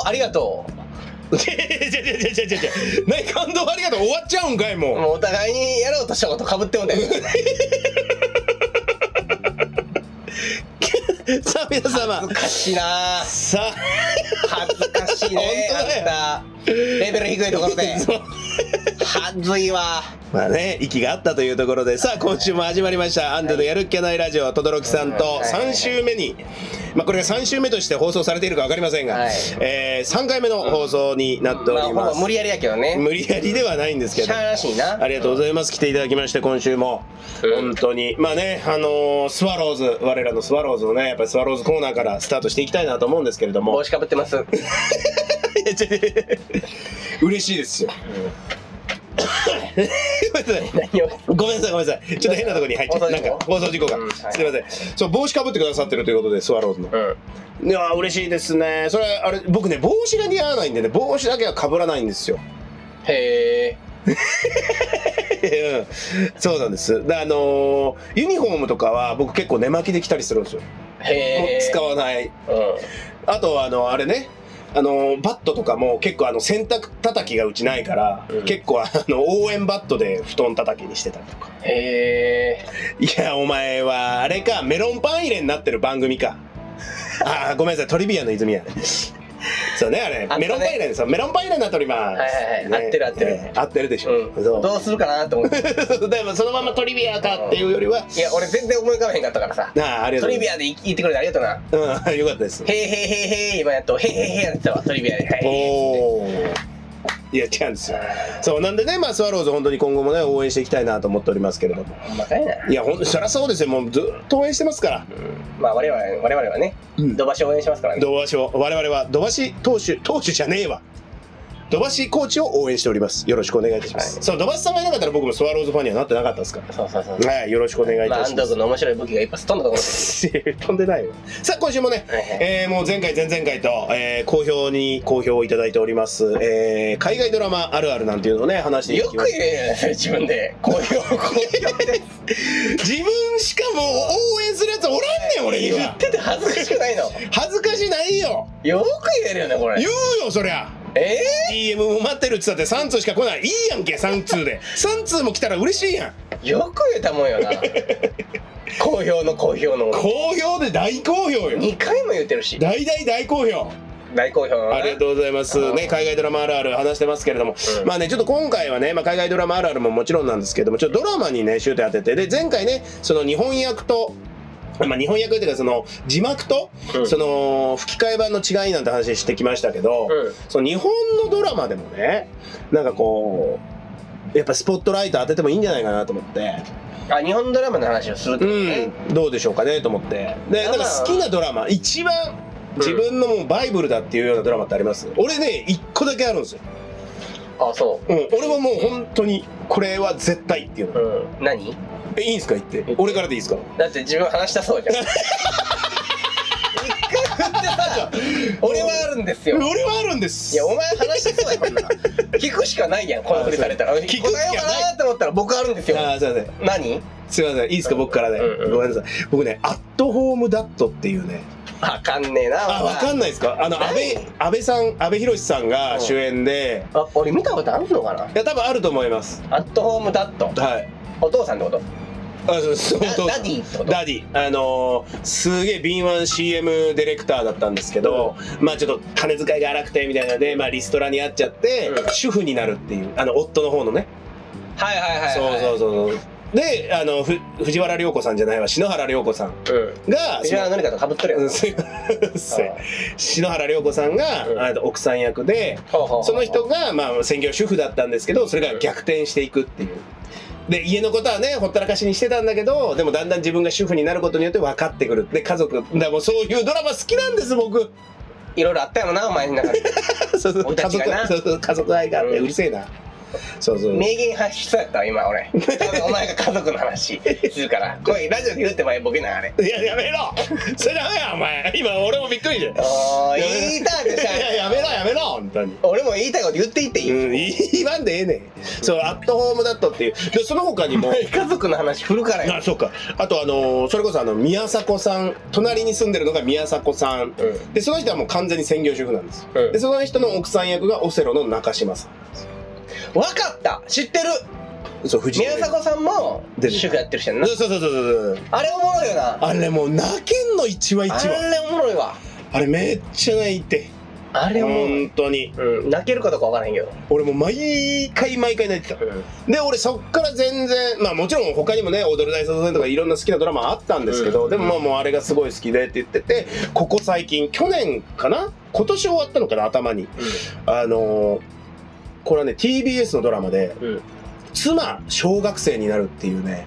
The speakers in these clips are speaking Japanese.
ありがと何感動ありがとう終わっちゃうんかいもう。 もうお互いにやろうとしたことかぶってもんだよ。 さあ皆様、 恥ずかしいな。 さあ恥ずかしいね。 本当だよあんたレベル低いところで恥ずいわ。 まあね、息があったというところで、さあ今週も始まりました「アンドゥのやるっきゃないラジオ」、轟さんと3週目に、まあこれが3週目として放送されているか分かりませんが、3回目の放送になっております。 まあほぼ無理やりやけどね。 無理やりではないんですけど、 しゃあなしいな。 ありがとうございます。来ていただきまして、今週も本当にまあね、スワローズ、我らのスワローズのね、やっぱりスワローズコーナーからスタートしていきたいなと思うんですけれども、 帽子かぶってます。 嬉しいですよ。ごめんなさいごめんなさい、ちょっと変なところに入っちゃって、なんか放送事故が、すいません。そう帽子かぶってくださってるということで、スワローズの、いや嬉しいですね。それあれ、僕ね帽子が似合わないんでね、帽子だけはかぶらないんですよ。 へえそうなんです。でユニフォームとかは僕結構寝巻きで着たりするんですよ。 へもう使わない。あとあれね、バットとかも結構洗濯叩きがうちないから、結構応援バットで布団叩きにしてたりとか。 へいやお前はあれか、メロンパン入れになってる番組か。あごめんなさい、トリビアの泉谷。そうね、あれメロンパン入れですよ。メロンパン入れになっております。 合ってる合ってる合ってるでしょ。 どうするかなと思って。 でもそのままトリビアかっていうよりは、 いや俺全然思い浮かべへんかったからさ。 ありがとう。 トリビアで言ってくれてありがとうな。 よかったです。 へいへいへいへい今やっとへいへいへいやってたわ、トリビアで。 おお。いや違うんですよ。そうなんでね、まあスワローズ本当に今後もね応援していきたいなと思っておりますけれども。 ほんまかいな。 いやそりゃそうですよ、もうずっと応援してますから。 まあ我々はね、土橋を応援しますからね。 土橋を、我々は土橋投手じゃねえわ。土橋コーチを応援しております。よろしくお願いいたします。そう、土橋さんがいなかったら僕もスワローズファンにはなってなかったですから。 そうそうそう。 はい、よろしくお願いいたします。 まあ安藤君の面白い武器がいっぱい飛んだと思うんですよ。飛んでないわ。さあ今週もね、もう前回前々回と、好評をいただいております、海外ドラマあるあるなんていうのをね話していきます。 よく言えね、自分で好評です。 自分しかも応援するやつおらんねん俺には。 言ってて恥ずかしくないの？ 恥ずかしないよ。 よく言えるよねこれ。 言うよそりゃ。DM も待ってるっつったって3通しか来ない。いいやんけ3通で。3通も来たら嬉しいやん。よく言えたもんよな。好評の好評の。 好評で大好評よ。 2回も言ってるし。 大好評。 大好評。 ありがとうございますね。海外ドラマあるある話してますけれども、まあねちょっと今回はね、まあ、海外ドラマあるあるももちろんなんですけども、ちょっとドラマにね焦点当てて、で前回ねその日本訳とまあ日本訳っていうかその字幕とその吹き替え版の違いなんて話してきましたけど、その日本のドラマでもねなんかこうやっぱスポットライト当ててもいいんじゃないかなと思って。 日本ドラマの話をするってことね。 どうでしょうかねと思って。でなんか好きなドラマ、一番自分のもうバイブルだっていうようなドラマってあります？俺ね1個だけあるんですよ。 あ、そう。 俺はもう本当にこれは絶対っていうの。 何？ いいんすか言って。俺からでいいですか？ だって自分話したそうじゃん。一回振ってさ、俺はあるんですよ。 俺はあるんです。 いやお前話したそうやこんなの。聞くしかないやん、この振りされたら。聞くしかないかなと思ったら僕あるんですよ。 すいません。 何？ すいません、いいですか僕からね。ごめんなさい。僕ね、アットホームダットっていうね。 わかんねえな。 わかんないですか？安倍博さんが主演で。 俺見たことあるのかな？ いや多分あると思います。 アットホームダット。 はい。 お父さんってこと？ そうダディってこと？ ダディ。すげえ敏腕 CM ディレクターだったんですけど、まあちょっと金遣いが荒くてみたいなので、まあリストラにあっちゃって、主婦になるっていう夫の方のね。 はいはいはい。 そうで藤原涼子さんじゃないわ、篠原涼子さんが藤原紀香とかぶっとるやん。 篠原涼子さんが奥さん役で、その人がまあ専業主婦だったんですけど、それが逆転していくっていう。で家のことはねほったらかしにしてたんだけど、でもだんだん自分が主婦になることによって分かってくる。で家族だ、もうそういうドラマ好きなんです僕。 いろいろあったよなお前の中で。 家族愛があってうるせえな。 そうそう。 名言発しそうやったわ今俺。お前が家族の話するからこれラジオで言って前ボケないあれ。 いややめろそれダメやお前今俺もびっくりしておー言いたいでしょ。 いややめろ本当に俺も言いたいこと言っていっていい、 言わんでええねんそうアットホームダットっていうでその他にも家族の話振るからよ。 あそうかあとそれこそ宮迫さん隣に住んでるのが宮迫さん、でその人はもう完全に専業主婦なんです、でその人の奥さん役がオセロの中島さんなんですよ。 分かった知ってる。 そう藤宮迫さんも主婦やってる人やんな。 そうあれおもろいよな。 あれもう泣けんの一話一話あれおもろいわ。 あれめっちゃ泣いてあれおもろい本当に、 泣けるかどうか分からへんけど俺もう毎回泣いてた、で俺そっから全然まあもちろん他にもね踊る大捜査線とかいろんな好きなドラマあったんですけど、でもまあもうあれがすごい好きでって言ってて、ここ最近去年かな今年終わったのかな頭に、これはね TBS のドラマで、妻小学生になるっていうね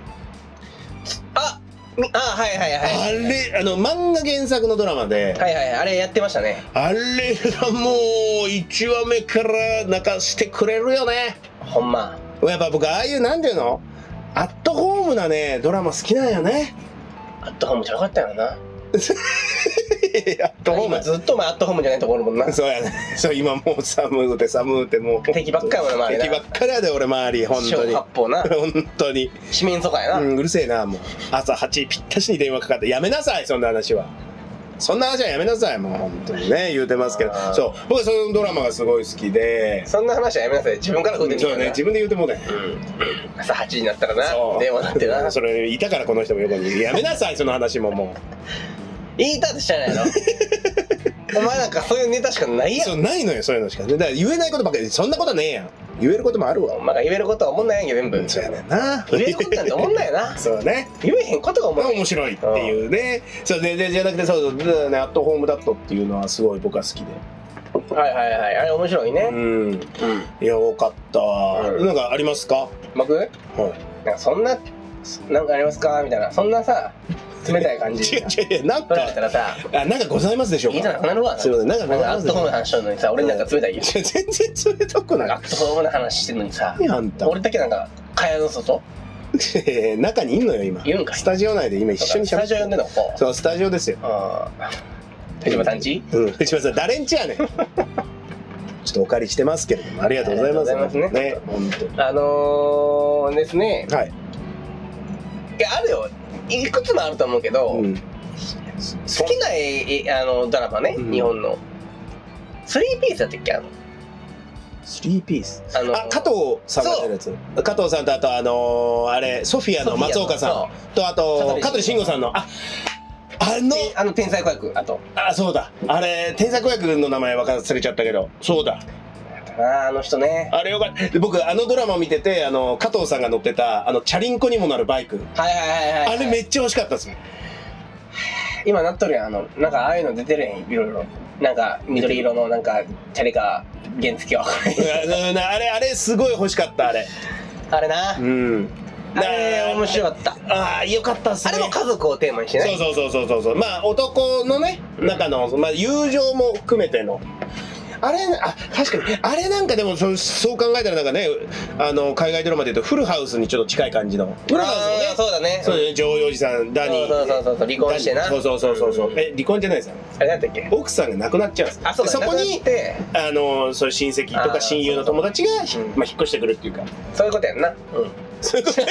はいはいはいあれ漫画原作のドラマで、 はいはいあれやってましたね。 あれがもう1話目から泣かしてくれるよね。 ほんまやっぱ僕ああいうなんていうのアットホームなねドラマ好きなんよね。 アットホームじゃなかったよな。 アットホーム今ずっとお前アットホームじゃないところもんな。 そうやねそう今もう寒うてもう敵ばっかりやもんな周りな。 敵ばっかりやで俺周り本当に小八方な本当に四面楚歌やな、 うるせえなもう朝8時ぴったしに電話かかってやめなさいそんな話はやめなさいもう本当にね言うてますけど、そう僕はそのドラマがすごい好きで、 そんな話はやめなさい自分から振ってみそうね自分で言うてもね、 朝8時になったらなそう電話なってな。 それいたからこの人も横にやめなさいその話ももう言いたってしゃあないのお前なんかそういうネタしかないやん。 そうないのよそういうのしかだから言えないことばっかりそんなことねえやん言えることもあるわお前が言えることは思んないやんけ全部。 そうやねんな言えることなんて思んないよなそうね言えへんことが思んない。 面白いっていうねそうでじゃなくてそうねアットホームダットっていうのはすごい僕は好きではいはいはいあれ面白いね。 いやよかったなんかありますか僕はいなんかそんななんかありますかみたいなそんなさ冷たい感じ違うなんか取られたらさなんかございますでしょうか。 いいじゃなくなるわ。 すいませんなんかございアットホームますでしょうか。 な話してるのにさ俺なんか冷たいよ。 全然冷たくない。 アットホームな話してるのにさあんた俺だけなんか蚊帳の外中にいんのよ今。 いるんかいスタジオ内で今一緒にスタジオ呼んでんのここ。 そうスタジオですよ。 藤間さんち？ 藤間さん誰んちやねん。ちょっとお借りしてますけれどもありがとうございます。 ありがとうございますね本当に。 ですね。 はい。 いやあるよ。いくつもあると思うけど、好きなドラマね、日本のスリーピースだったっけスリーピース加藤さんが出るやつ加藤さんとあとあれソフィアの松岡さんとあと香取慎吾さんの天才子役そうだあれ天才子役の名前忘れちゃったけどそうだあの人ねあれよかった僕ドラマ見てて加藤さんが乗ってたチャリンコにもなるバイクあれめっちゃ欲しかったですもん今なっとるやんなんかああいうの出てるやんいろいろなんか緑色のなんかチャリか原付はあれすごい欲しかったあれなあれ面白かったよかったっすねあれも家族をテーマにしてねそうまあ男のね中の友情も含めてのあれ確かにあれなんかでもそう考えたらなんかね海外ドラマでいうとフルハウスにちょっと近い感じのフルハウスねそうだねそうねジョーヨージさんダニーそう離婚してなそう離婚じゃないですよあれなんだっけ奥さんが亡くなっちゃうんですそこにそういう親戚とか親友の友達が引っ越してくるっていうかそういうことやんなそういうこと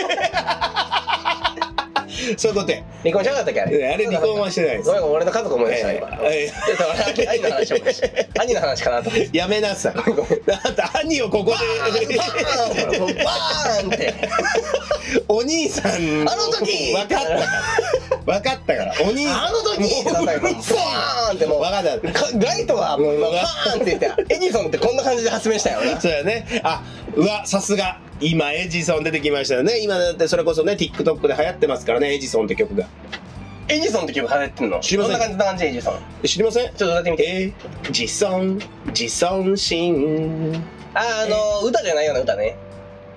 そういうことや離婚しなかったっけあれ離婚はしてないですごめん俺の家族思い出した今兄の話兄の話かなとやめなさいだって兄をここでバーンってお兄さんあの時分かったからお兄さんあの時ってなったよバーンってもう分かったライトはもうバーンって言ってエジソンってこんな感じで発明したよなそうやねさすが今エジソン出てきましたよね今だってそれこそね TikTok で流行ってますからねエジソンって曲がエジソンって曲流行ってんの知りませんどんな感じエジソン知りませんちょっと歌ってみてエジソンシン歌じゃないような歌ね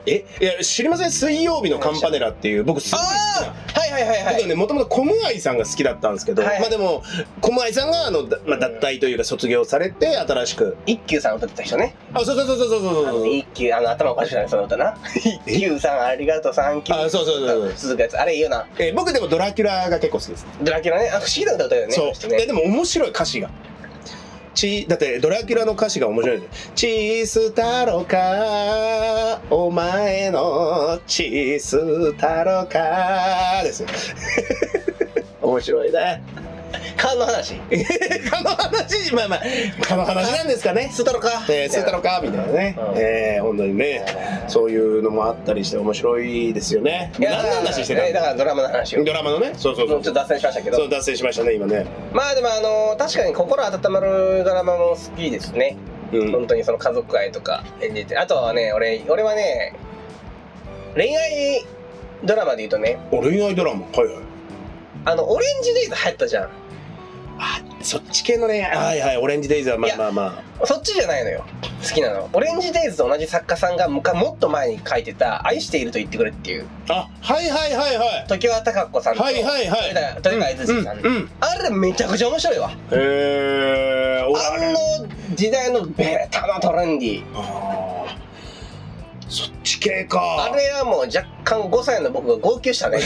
いや知りません？水曜日のカンパネラっていう僕すごい好きな。僕はねもともとコムアイさんが好きだったんですけど、まあでもコムアイさんがまあ脱退というか卒業されて新しく一休さん歌ってた人ね。 あ、そう一休頭おかしくないその歌な。一休さんありがとうサンキュー。 あ、そう続くやつあれいいよな。 僕でもドラキュラが結構好きです。 ドラキュラね、不思議な歌だよね。 そうでも面白い歌詞が。だってドラキュラの歌詞が面白いですよ。チース太郎かお前のチース太郎かですよ。面白いね。 蚊の話蚊の話、まあまあ蚊の話なんですかね。 スー太郎かスー太郎かみたいなね。本当にねそういうのもあったりして面白いですよね。何の話してたの？ だからドラマの話を。 ドラマのね。そうちょっと脱線しましたけど。 そう脱線しましたね今ね。 まあでも確かに心温まるドラマも好きですね。本当にその家族愛とか演じて、あとはね俺はね恋愛ドラマで言うとね。 恋愛ドラマ、はいはい。 オレンジデイズ流行ったじゃん。 あ、そっち系の恋愛。はいはい、オレンジデイズはまあまあまあ。そっちじゃないのよ。好きなの。オレンジデイズと同じ作家さんがもっと前に書いてた愛していると言ってくれっていう。 あ、はいはいはいはい。 常盤貴子さんと豊川悦司さん。あれめちゃくちゃ面白いわ。 へえ。 時代のベタなトレンディー。 そっち系か。 あれはもう若干5歳の僕が号泣したね。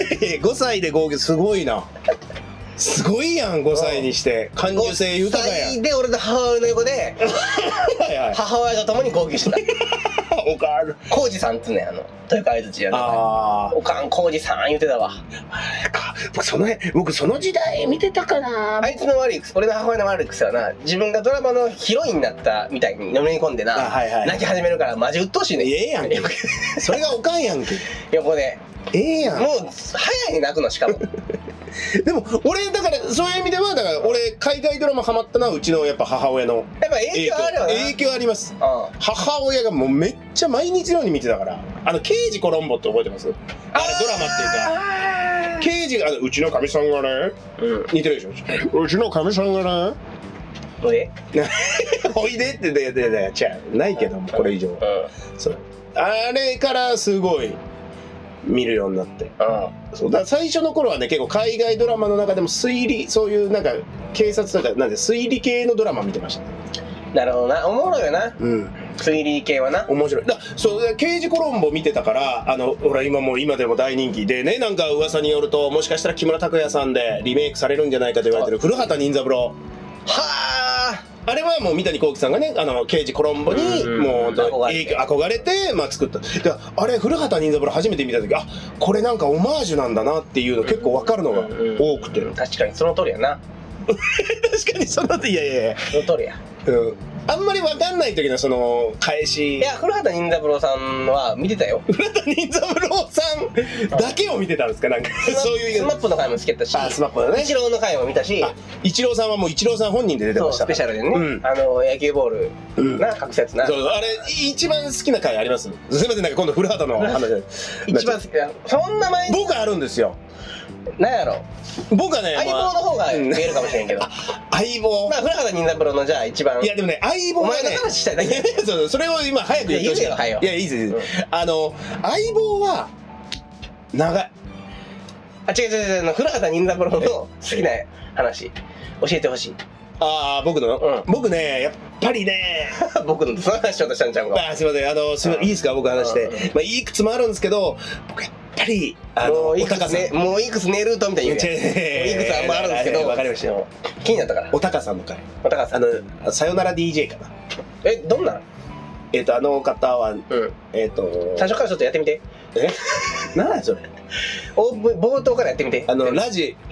5歳で号泣すごいな。すごいやん5歳にして感受性豊かやん。 5歳で俺の母親の横で母親と共に号泣してた。 おかん浩二さんっつうね豊川悦司やな。おかん浩二さん言ってたわ。 僕その時代見てたかな。 あいつの悪い俺の母親の悪い癖はな、自分がドラマのヒロインになったみたいにのめり込んでな泣き始めるからマジ鬱陶しいね。 ええやんけ。それがおかんやんけ。 横でやん。 もう早い泣くのしかも。 でも俺だからそういう意味ではだから俺海外ドラマハマったのはうちのやっぱ母親のやっぱ影響あるよな。 影響あります。母親がもうめっちゃ毎日のように見てたから。刑事コロンボって覚えてます？あれドラマっていうか刑事がうちのかみさんがね似てるでしょ。うちのかみさんがねおいでおいでってちゃうないけどこれ以上そうあれからすごい見るようになって、そうだ最初の頃はね結構海外ドラマの中でも推理そういうなんか警察とかなんで推理系のドラマ見てましたね。 なるほどな、おもろいよな。推理系はな面白い。そう刑事コロンボ見てたからほら今でも大人気でね、なんか噂によるともしかしたら木村拓哉さんでリメイクされるんじゃないかと言われてる古畑任三郎。 はあ。 あれはもう三谷幸喜さんがね刑事コロンボにもう憧れて作った。あれ古畑任三郎初めて見た時これなんかオマージュなんだなっていうの結構分かるのが多くて。 確かにその通りやな。 確かにその通り。いやその通りや。 あんまり分かんない時のその返し。 いや古畑任三郎さんは見てたよ。 古畑任三郎さんだけを見てたんですか？なんかそういうスマップの回も好きだったし、 スマップのね、 イチローの回も見たし、 イチローさんはもうイチローさん本人で出てました。 スペシャルでね、野球ボールな隠すやつな。 そうあれ一番好きな回あります？すみませんなんか今度古畑の話一番好きなそんな前に僕あるんですよ。 なんやろ僕はね相棒の方が見えるかもしれんけど相棒古畑任三郎のじゃあ一番。 いやでもね相棒はねお前の話したいだけ。 それを今早く言ってほしい。いやいいです相棒は長い。 違う古畑任三郎の好きな話教えてほしい。 僕の僕ねやっぱりね僕のその話しようとしたんちゃうか。 すいませんいいですか僕話していくつもあるんですけど僕やっぱりもういくつ寝るとみたいに言うやん。いくつあんまあるんですけど分かりましたよ。 気になったからおたかさんの回さよなら DJ かな。 どんな方は最初からちょっとやってみて。 何だそれ冒頭からやってみて。 ラジオ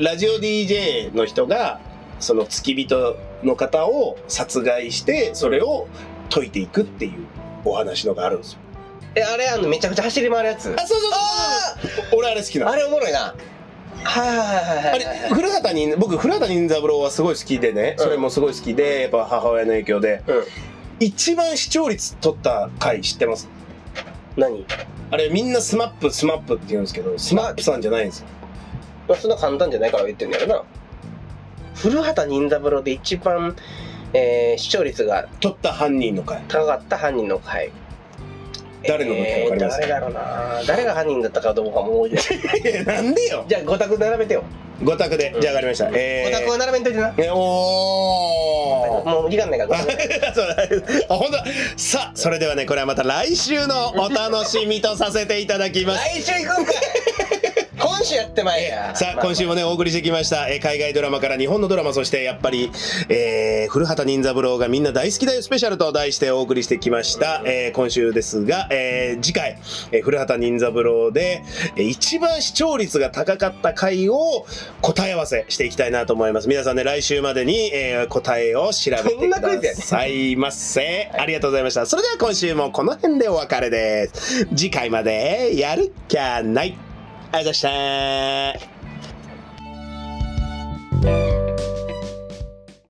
DJ の人がその付き人の方を殺害してそれを解いていくっていうお話のがあるんですよ。 あれめちゃくちゃ走り回るやつ。 そう俺あれ好きなの。 あれおもろいな。 あれ古畑任三郎はすごい好きでね、それもすごい好きでやっぱ母親の影響で一番視聴率取った回知ってます？ 何？ あれみんなスマップって言うんですけどスマップさんじゃないんですよ。 そんな簡単じゃないから言ってんだよな。古畑任三郎で一番視聴率が取った犯人の回高かった犯人の回誰の時か分かります？ 誰だろうな。誰が犯人だったかどうかも覚えてない。 なんでよ。 じゃあ5択並べてよ。 5択で、じゃあ分かりました。 5択は並べんといてな。 おー。 もう時間ないからそうだ。あ、本当だ。さあ、それではね、これはまた来週のお楽しみとさせていただきます。 来週行くんかい。今週やってまいや。 さあ、今週もねお送りしてきました、海外ドラマから日本のドラマ、そしてやっぱり、古畑任三郎がみんな大好きだよスペシャルと題してお送りしてきました、今週ですが、次回、古畑任三郎で、一番視聴率が高かった回を答え合わせしていきたいなと思います。皆さんね、来週までに、答えを調べてくださいませ。ありがとうございました。それでは今週もこの辺でお別れです。次回までやるっきゃない。ありがとうございました。